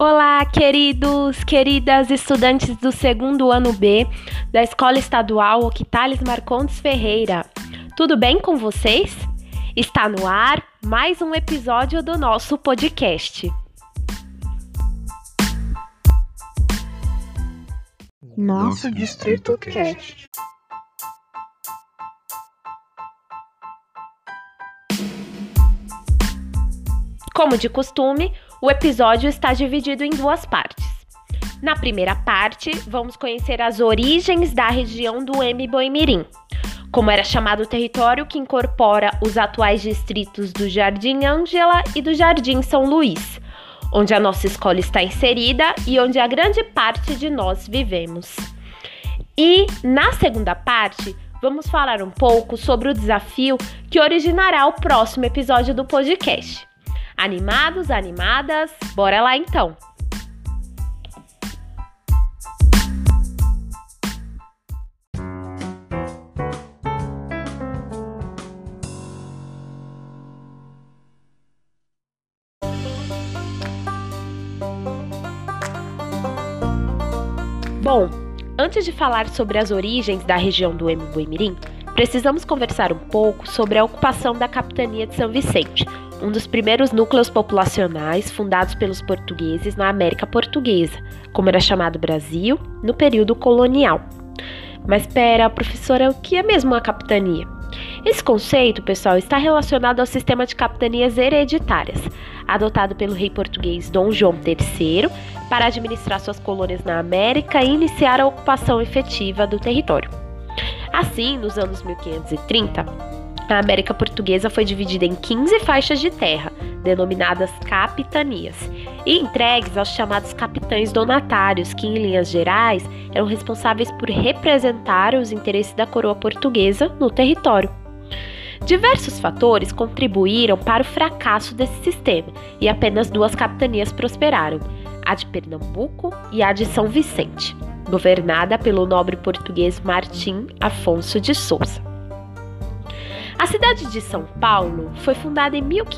Olá, queridas estudantes do segundo ano B da Escola Estadual Octales Marcondes Ferreira. Tudo bem com vocês? Está no ar mais um episódio do nosso podcast. Nosso Distrito Cast. Como de costume, o episódio está dividido em duas partes. Na primeira parte, vamos conhecer as origens da região do Embu-Mirim, como era chamado o território que incorpora os atuais distritos do Jardim Ângela e do Jardim São Luís, onde a nossa escola está inserida e onde a grande parte de nós vivemos. E, na segunda parte, vamos falar um pouco sobre o desafio que originará o próximo episódio do podcast. Animados, animadas? Bora lá então! Bom, antes de falar sobre as origens da região do Embu-Mirim, precisamos conversar um pouco sobre a ocupação da capitania de São Vicente, um dos primeiros núcleos populacionais fundados pelos portugueses na América Portuguesa, como era chamado Brasil, no período colonial. Mas espera, professora, o que é mesmo uma capitania? Esse conceito, pessoal, está relacionado ao sistema de capitanias hereditárias, adotado pelo rei português Dom João III para administrar suas colônias na América e iniciar a ocupação efetiva do território. Assim, nos anos 1530, a América Portuguesa foi dividida em 15 faixas de terra, denominadas capitanias, e entregues aos chamados capitães donatários, que, em linhas gerais, eram responsáveis por representar os interesses da coroa portuguesa no território. Diversos fatores contribuíram para o fracasso desse sistema, e apenas duas capitanias prosperaram, a de Pernambuco e a de São Vicente, governada pelo nobre português Martim Afonso de Souza. A cidade de São Paulo foi fundada em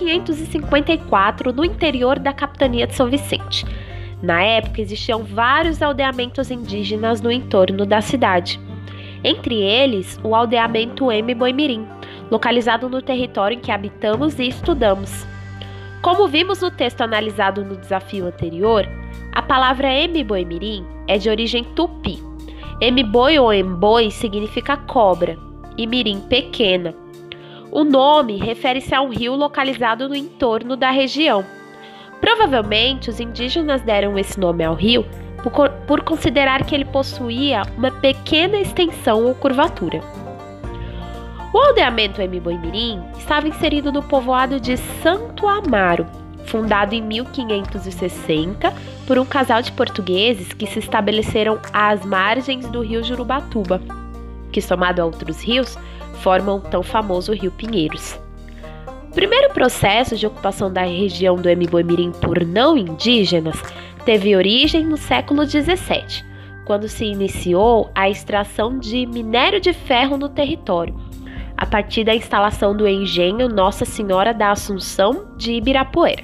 1554 no interior da capitania de São Vicente. Na época, existiam vários aldeamentos indígenas no entorno da cidade. Entre eles, o aldeamento Embu-Mirim, localizado no território em que habitamos e estudamos. Como vimos no texto analisado no desafio anterior, a palavra Embu-Mirim é de origem tupi. Mboi ou Mboi significa cobra e mirim pequena. O nome refere-se a um rio localizado no entorno da região. Provavelmente, os indígenas deram esse nome ao rio por considerar que ele possuía uma pequena extensão ou curvatura. O aldeamento Embu-Mirim estava inserido no povoado de Santo Amaro, fundado em 1560 por um casal de portugueses que se estabeleceram às margens do rio Jurubatuba, que, somado a outros rios, formam o tão famoso Rio Pinheiros. O primeiro processo de ocupação da região do Embu-Mirim por não indígenas teve origem no século XVII, quando se iniciou a extração de minério de ferro no território, a partir da instalação do engenho Nossa Senhora da Assunção de Ibirapuera.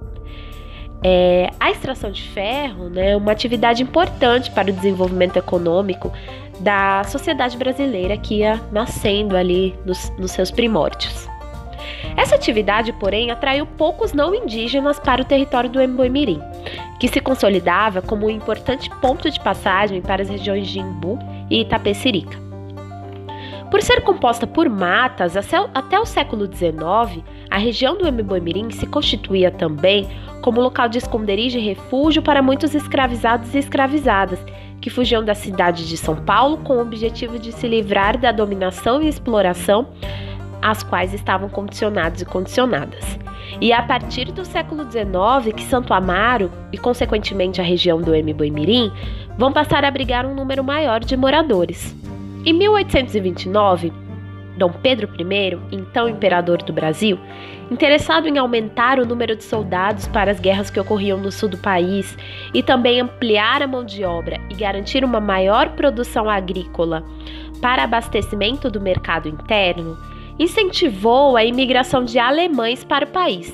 A extração de ferro é uma atividade importante para o desenvolvimento econômico da sociedade brasileira que ia nascendo ali nos seus primórdios. Essa atividade, porém, atraiu poucos não indígenas para o território do Embu-Mirim, que se consolidava como um importante ponto de passagem para as regiões de Imbu e Itapecerica. Por ser composta por matas, até o século XIX, a região do Embu-Mirim se constituía também como local de esconderijo e refúgio para muitos escravizados e escravizadas, que fugiam da cidade de São Paulo com o objetivo de se livrar da dominação e exploração às quais estavam condicionados e condicionadas. E é a partir do século XIX que Santo Amaro e, consequentemente, a região do Embu-Mirim vão passar a abrigar um número maior de moradores. Em 1829, Dom Pedro I, então imperador do Brasil, interessado em aumentar o número de soldados para as guerras que ocorriam no sul do país e também ampliar a mão de obra e garantir uma maior produção agrícola para abastecimento do mercado interno, incentivou a imigração de alemães para o país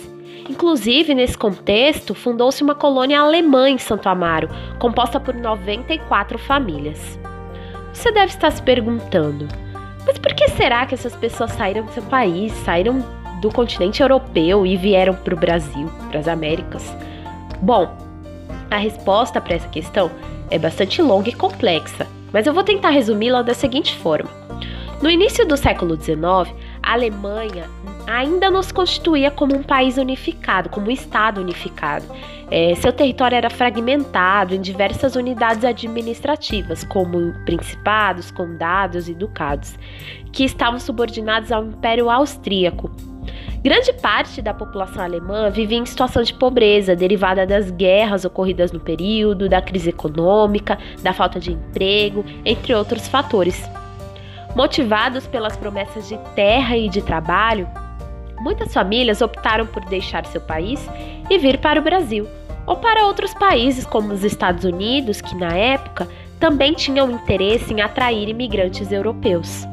Inclusive, nesse contexto, fundou-se uma colônia alemã em Santo Amaro, composta por 94 famílias. Você deve estar se perguntando, mas por que será que essas pessoas saíram do seu país, saíram do continente europeu e vieram para o Brasil, para as Américas? Bom, a resposta para essa questão é bastante longa e complexa, mas eu vou tentar resumi-la da seguinte forma. No início do século XIX, a Alemanha ainda não se constituía como um país unificado, como um Estado unificado. Seu território era fragmentado em diversas unidades administrativas, como principados, condados e ducados, que estavam subordinados ao Império Austríaco. Grande parte da população alemã vivia em situação de pobreza, derivada das guerras ocorridas no período, da crise econômica, da falta de emprego, entre outros fatores. Motivados pelas promessas de terra e de trabalho, muitas famílias optaram por deixar seu país e vir para o Brasil, ou para outros países como os Estados Unidos, que na época também tinham interesse em atrair imigrantes europeus.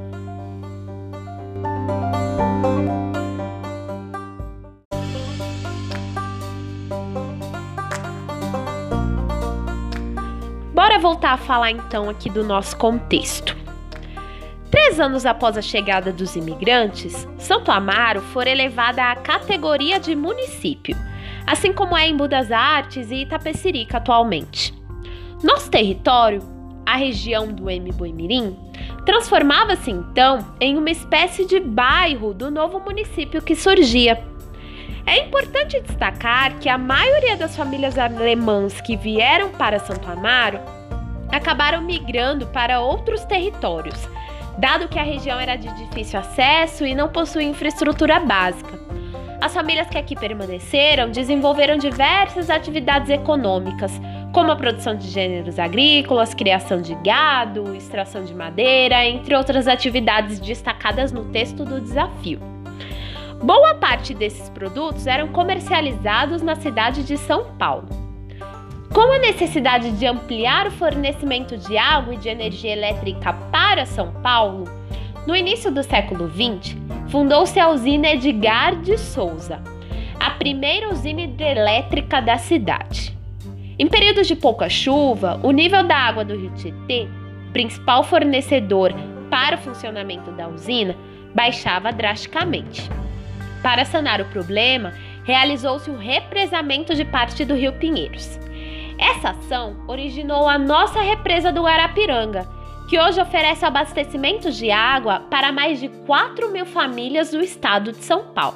Bora voltar a falar então aqui do nosso contexto. 3 anos após a chegada dos imigrantes, Santo Amaro foi elevada à categoria de município, assim como é Embu das Artes e Itapecerica atualmente. Nosso território, a região do Embu-Mirim, transformava-se então em uma espécie de bairro do novo município que surgia. É importante destacar que a maioria das famílias alemãs que vieram para Santo Amaro acabaram migrando para outros territórios, dado que a região era de difícil acesso e não possuía infraestrutura básica. As famílias que aqui permaneceram desenvolveram diversas atividades econômicas, como a produção de gêneros agrícolas, criação de gado, extração de madeira, entre outras atividades destacadas no texto do desafio. Boa parte desses produtos eram comercializados na cidade de São Paulo. Com a necessidade de ampliar o fornecimento de água e de energia elétrica para São Paulo, no início do século XX, fundou-se a usina Edgar de Souza, a primeira usina hidrelétrica da cidade. Em períodos de pouca chuva, o nível da água do Rio Tietê, principal fornecedor para o funcionamento da usina, baixava drasticamente. Para sanar o problema, realizou-se o represamento de parte do Rio Pinheiros. Essa ação originou a nossa represa do Guarapiranga, que hoje oferece abastecimento de água para mais de 4.000 famílias do estado de São Paulo.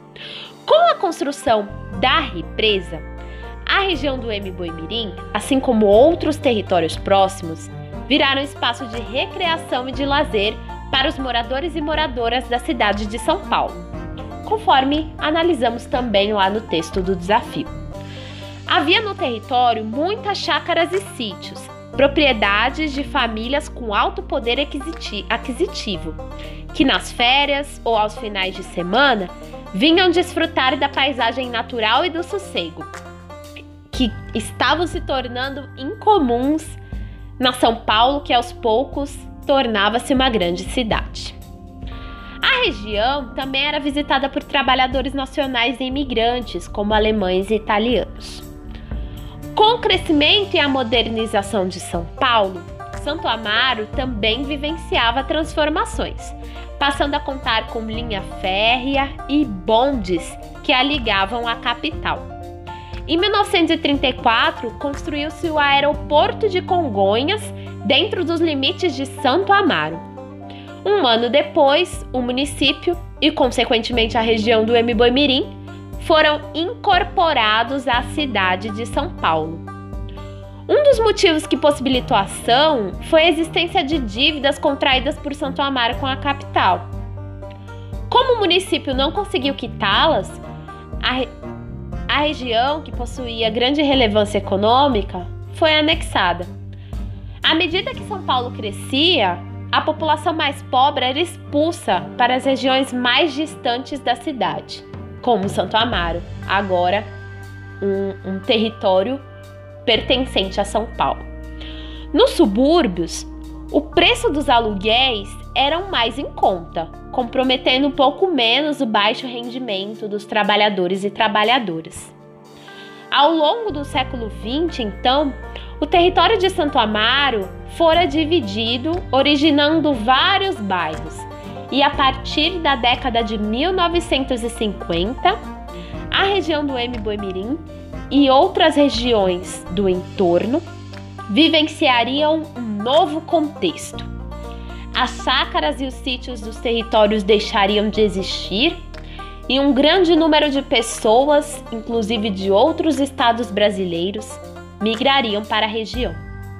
Com a construção da represa, a região do Embu-Mirim, assim como outros territórios próximos, viraram espaço de recreação e de lazer para os moradores e moradoras da cidade de São Paulo, conforme analisamos também lá no texto do desafio. Havia no território muitas chácaras e sítios, propriedades de famílias com alto poder aquisitivo, que nas férias ou aos finais de semana vinham desfrutar da paisagem natural e do sossego, que estavam se tornando incomuns na São Paulo, que aos poucos tornava-se uma grande cidade. A região também era visitada por trabalhadores nacionais e imigrantes, como alemães e italianos. Com o crescimento e a modernização de São Paulo, Santo Amaro também vivenciava transformações, passando a contar com linha férrea e bondes que a ligavam à capital. Em 1934, construiu-se o aeroporto de Congonhas dentro dos limites de Santo Amaro. Um ano depois, o município e, consequentemente, a região do Embu-Mirim foram incorporados à cidade de São Paulo. Um dos motivos que possibilitou a ação foi a existência de dívidas contraídas por Santo Amaro com a capital. Como o município não conseguiu quitá-las, a região, que possuía grande relevância econômica, foi anexada. À medida que São Paulo crescia, a população mais pobre era expulsa para as regiões mais distantes da cidade, como Santo Amaro, agora um território pertencente a São Paulo. Nos subúrbios, o preço dos aluguéis eram mais em conta, comprometendo um pouco menos o baixo rendimento dos trabalhadores e trabalhadoras. Ao longo do século XX, então, o território de Santo Amaro fora dividido, originando vários bairros. E a partir da década de 1950, a região do Embu-Mirim e outras regiões do entorno vivenciariam um novo contexto. As chácaras e os sítios dos territórios deixariam de existir e um grande número de pessoas, inclusive de outros estados brasileiros, migrariam para a região.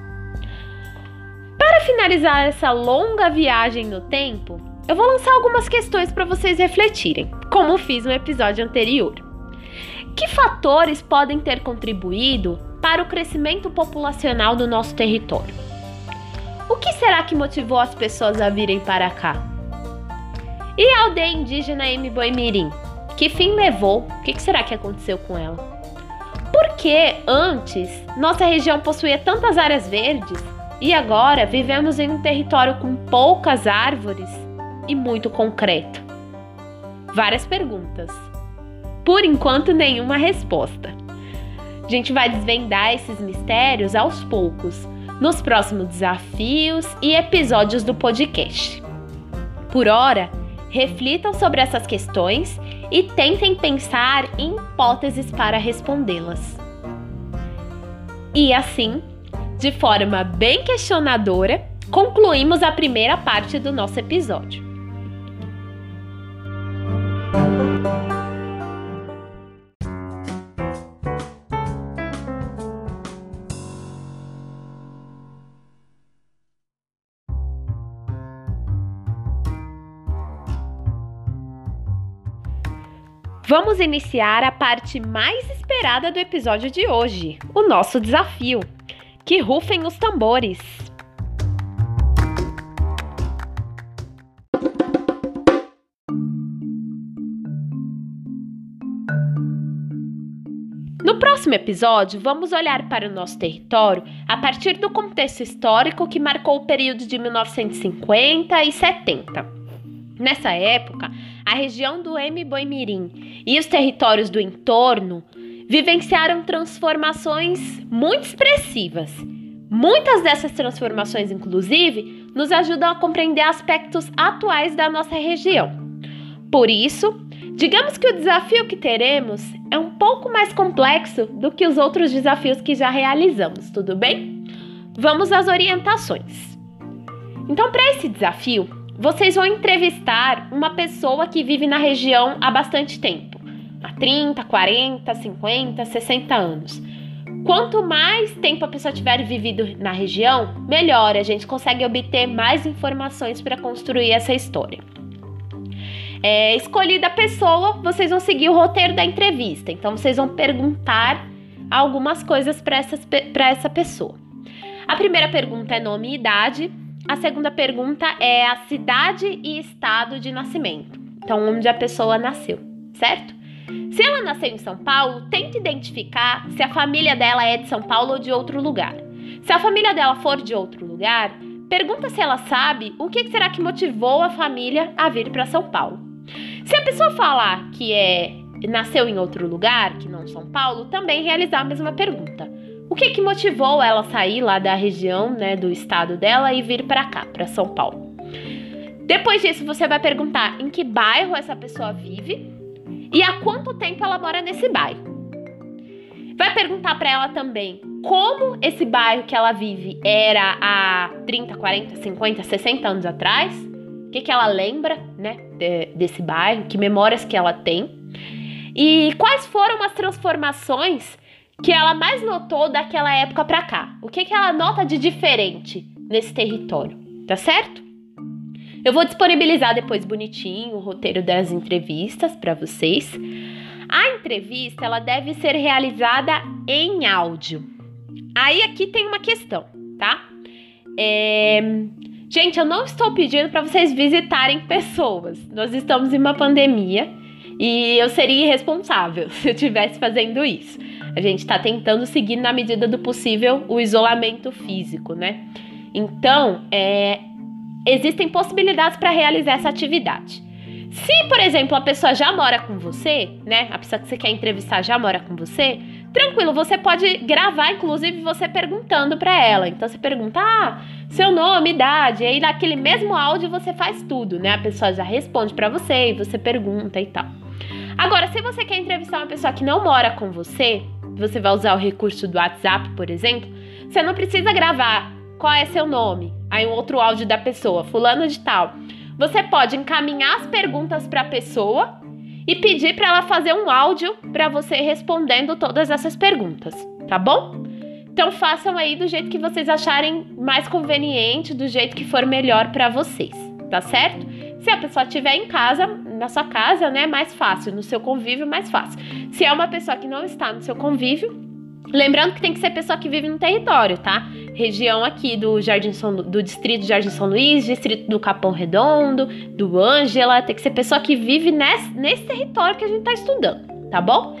Para finalizar essa longa viagem no tempo, eu vou lançar algumas questões para vocês refletirem, como fiz no episódio anterior. Que fatores podem ter contribuído para o crescimento populacional do nosso território? O que será que motivou as pessoas a virem para cá? E a aldeia indígena Embu-Mirim? Que fim levou? O que será que aconteceu com ela? Por que antes nossa região possuía tantas áreas verdes e agora vivemos em um território com poucas árvores e muito concreto? Várias perguntas. Por enquanto, nenhuma resposta. A gente vai desvendar esses mistérios aos poucos nos próximos desafios e episódios do podcast. Por hora, reflitam sobre essas questões e tentem pensar em hipóteses para respondê-las. E assim, de forma bem questionadora, concluímos a primeira parte do nosso episódio. Vamos iniciar a parte mais esperada do episódio de hoje, o nosso desafio. Que rufem os tambores! No próximo episódio, vamos olhar para o nosso território a partir do contexto histórico que marcou o período de 1950 e 70. Nessa época, a região do Embu-Mirim e os territórios do entorno vivenciaram transformações muito expressivas. Muitas dessas transformações, inclusive, nos ajudam a compreender aspectos atuais da nossa região. Por isso, digamos que o desafio que teremos é um pouco mais complexo do que os outros desafios que já realizamos, tudo bem? Vamos às orientações. Então, para esse desafio, vocês vão entrevistar uma pessoa que vive na região há bastante tempo, há 30, 40, 50, 60 anos. Quanto mais tempo a pessoa tiver vivido na região, melhor, a gente consegue obter mais informações para construir essa história. Escolhida a pessoa, vocês vão seguir o roteiro da entrevista, então vocês vão perguntar algumas coisas para essa pessoa. A primeira pergunta é nome e idade. A segunda pergunta é a cidade e estado de nascimento, então onde a pessoa nasceu, certo? Se ela nasceu em São Paulo, tente identificar se a família dela é de São Paulo ou de outro lugar. Se a família dela for de outro lugar, pergunta se ela sabe o que será que motivou a família a vir para São Paulo. Se a pessoa falar que nasceu em outro lugar, que não São Paulo, também realizar a mesma pergunta. O que motivou ela a sair lá da região, né, do estado dela e vir para cá, para São Paulo? Depois disso, você vai perguntar em que bairro essa pessoa vive e há quanto tempo ela mora nesse bairro. Vai perguntar para ela também como esse bairro que ela vive era há 30, 40, 50, 60 anos atrás. O que ela lembra, né, desse bairro, que memórias que ela tem. E quais foram as transformações que ela mais notou daquela época para cá. O que ela nota de diferente nesse território, tá certo? Eu vou disponibilizar depois bonitinho o roteiro das entrevistas para vocês. A entrevista, ela deve ser realizada em áudio. Aí aqui tem uma questão, tá? Gente, eu não estou pedindo para vocês visitarem pessoas. Nós estamos em uma pandemia e eu seria irresponsável se eu estivesse fazendo isso. A gente está tentando seguir, na medida do possível, o isolamento físico, né? Então, existem possibilidades para realizar essa atividade. Se, por exemplo, a pessoa já mora com você, né? A pessoa que você quer entrevistar já mora com você, tranquilo, você pode gravar, inclusive, você perguntando para ela. Então, você pergunta, seu nome, idade, e aí naquele mesmo áudio você faz tudo, né? A pessoa já responde para você e você pergunta e tal. Agora, se você quer entrevistar uma pessoa que não mora com você vai usar o recurso do WhatsApp, por exemplo, você não precisa gravar qual é seu nome, aí um outro áudio da pessoa, fulano de tal. Você pode encaminhar as perguntas para a pessoa e pedir para ela fazer um áudio para você respondendo todas essas perguntas, tá bom? Então façam aí do jeito que vocês acharem mais conveniente, do jeito que for melhor para vocês, tá certo? Se a pessoa estiver em casa, na sua casa, né, mais fácil, no seu convívio, mais fácil. Se é uma pessoa que não está no seu convívio, lembrando que tem que ser pessoa que vive no território, tá? Região aqui do distrito de Jardim São Luís, distrito do Capão Redondo, do Ângela, tem que ser pessoa que vive nesse território que a gente tá estudando, tá bom?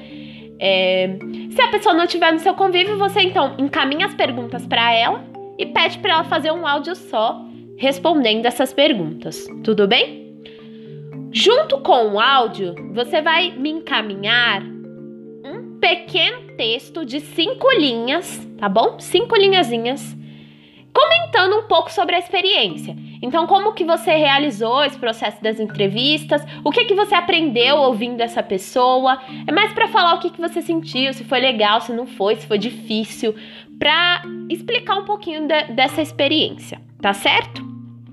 Se a pessoa não estiver no seu convívio, você então encaminha as perguntas para ela e pede para ela fazer um áudio só respondendo essas perguntas, tudo bem? Junto com o áudio, você vai me encaminhar um pequeno texto de 5 linhas, tá bom? 5 linhazinhas, comentando um pouco sobre a experiência. Então, como que você realizou esse processo das entrevistas, o que que você aprendeu ouvindo essa pessoa, é mais para falar o que que você sentiu, se foi legal, se não foi, se foi difícil, para explicar um pouquinho dessa experiência, tá certo?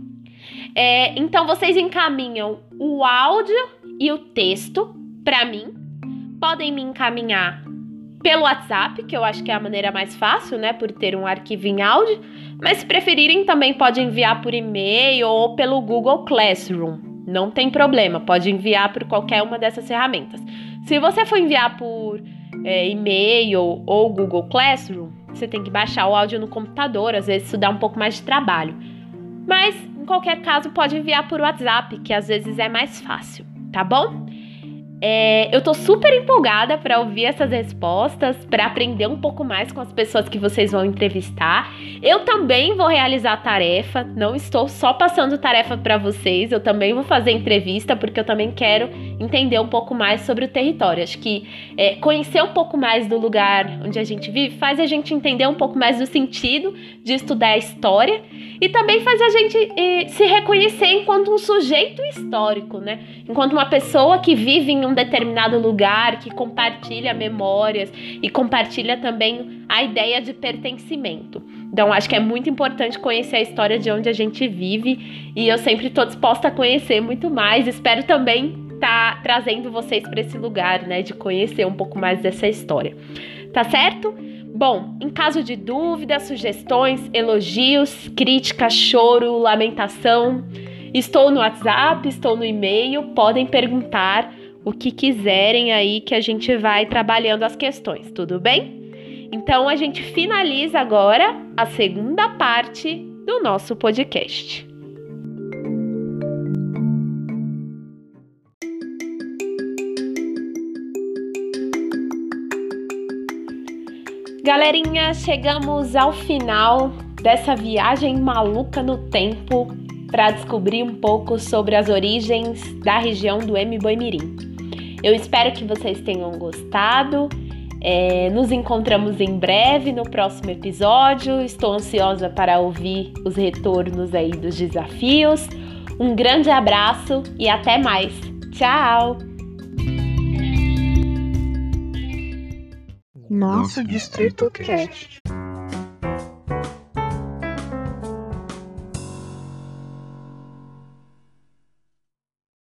Então, vocês encaminham o áudio e o texto para mim. Podem me encaminhar pelo WhatsApp, que eu acho que é a maneira mais fácil, né? Por ter um arquivo em áudio. Mas se preferirem, também pode enviar por e-mail ou pelo Google Classroom. Não tem problema, pode enviar por qualquer uma dessas ferramentas. Se você for enviar por e-mail ou Google Classroom, você tem que baixar o áudio no computador. Às vezes isso dá um pouco mais de trabalho. Mas, em qualquer caso, pode enviar por WhatsApp, que às vezes é mais fácil, tá bom? Eu tô super empolgada para ouvir essas respostas, para aprender um pouco mais com as pessoas que vocês vão entrevistar. Eu também vou realizar a tarefa, não estou só passando tarefa para vocês, eu também vou fazer entrevista, porque eu também quero entender um pouco mais sobre o território. Acho que conhecer um pouco mais do lugar onde a gente vive faz a gente entender um pouco mais do sentido de estudar a história e também faz a gente se reconhecer enquanto um sujeito histórico, né? Enquanto uma pessoa que vive em um determinado lugar, que compartilha memórias e compartilha também a ideia de pertencimento. Então, acho que é muito importante conhecer a história de onde a gente vive e eu sempre estou disposta a conhecer muito mais. Espero também estar trazendo vocês para esse lugar, né, de conhecer um pouco mais dessa história. Tá certo? Bom, em caso de dúvidas, sugestões, elogios, críticas, choro, lamentação, estou no WhatsApp, estou no e-mail, podem perguntar o que quiserem aí que a gente vai trabalhando as questões, tudo bem? Então a gente finaliza agora a segunda parte do nosso podcast. Galerinha, chegamos ao final dessa viagem maluca no tempo para descobrir um pouco sobre as origens da região do Embu-Mirim. Eu espero que vocês tenham gostado. Nos encontramos em breve no próximo episódio. Estou ansiosa para ouvir os retornos aí dos desafios. Um grande abraço e até mais. Tchau! Nosso Distrito Cast.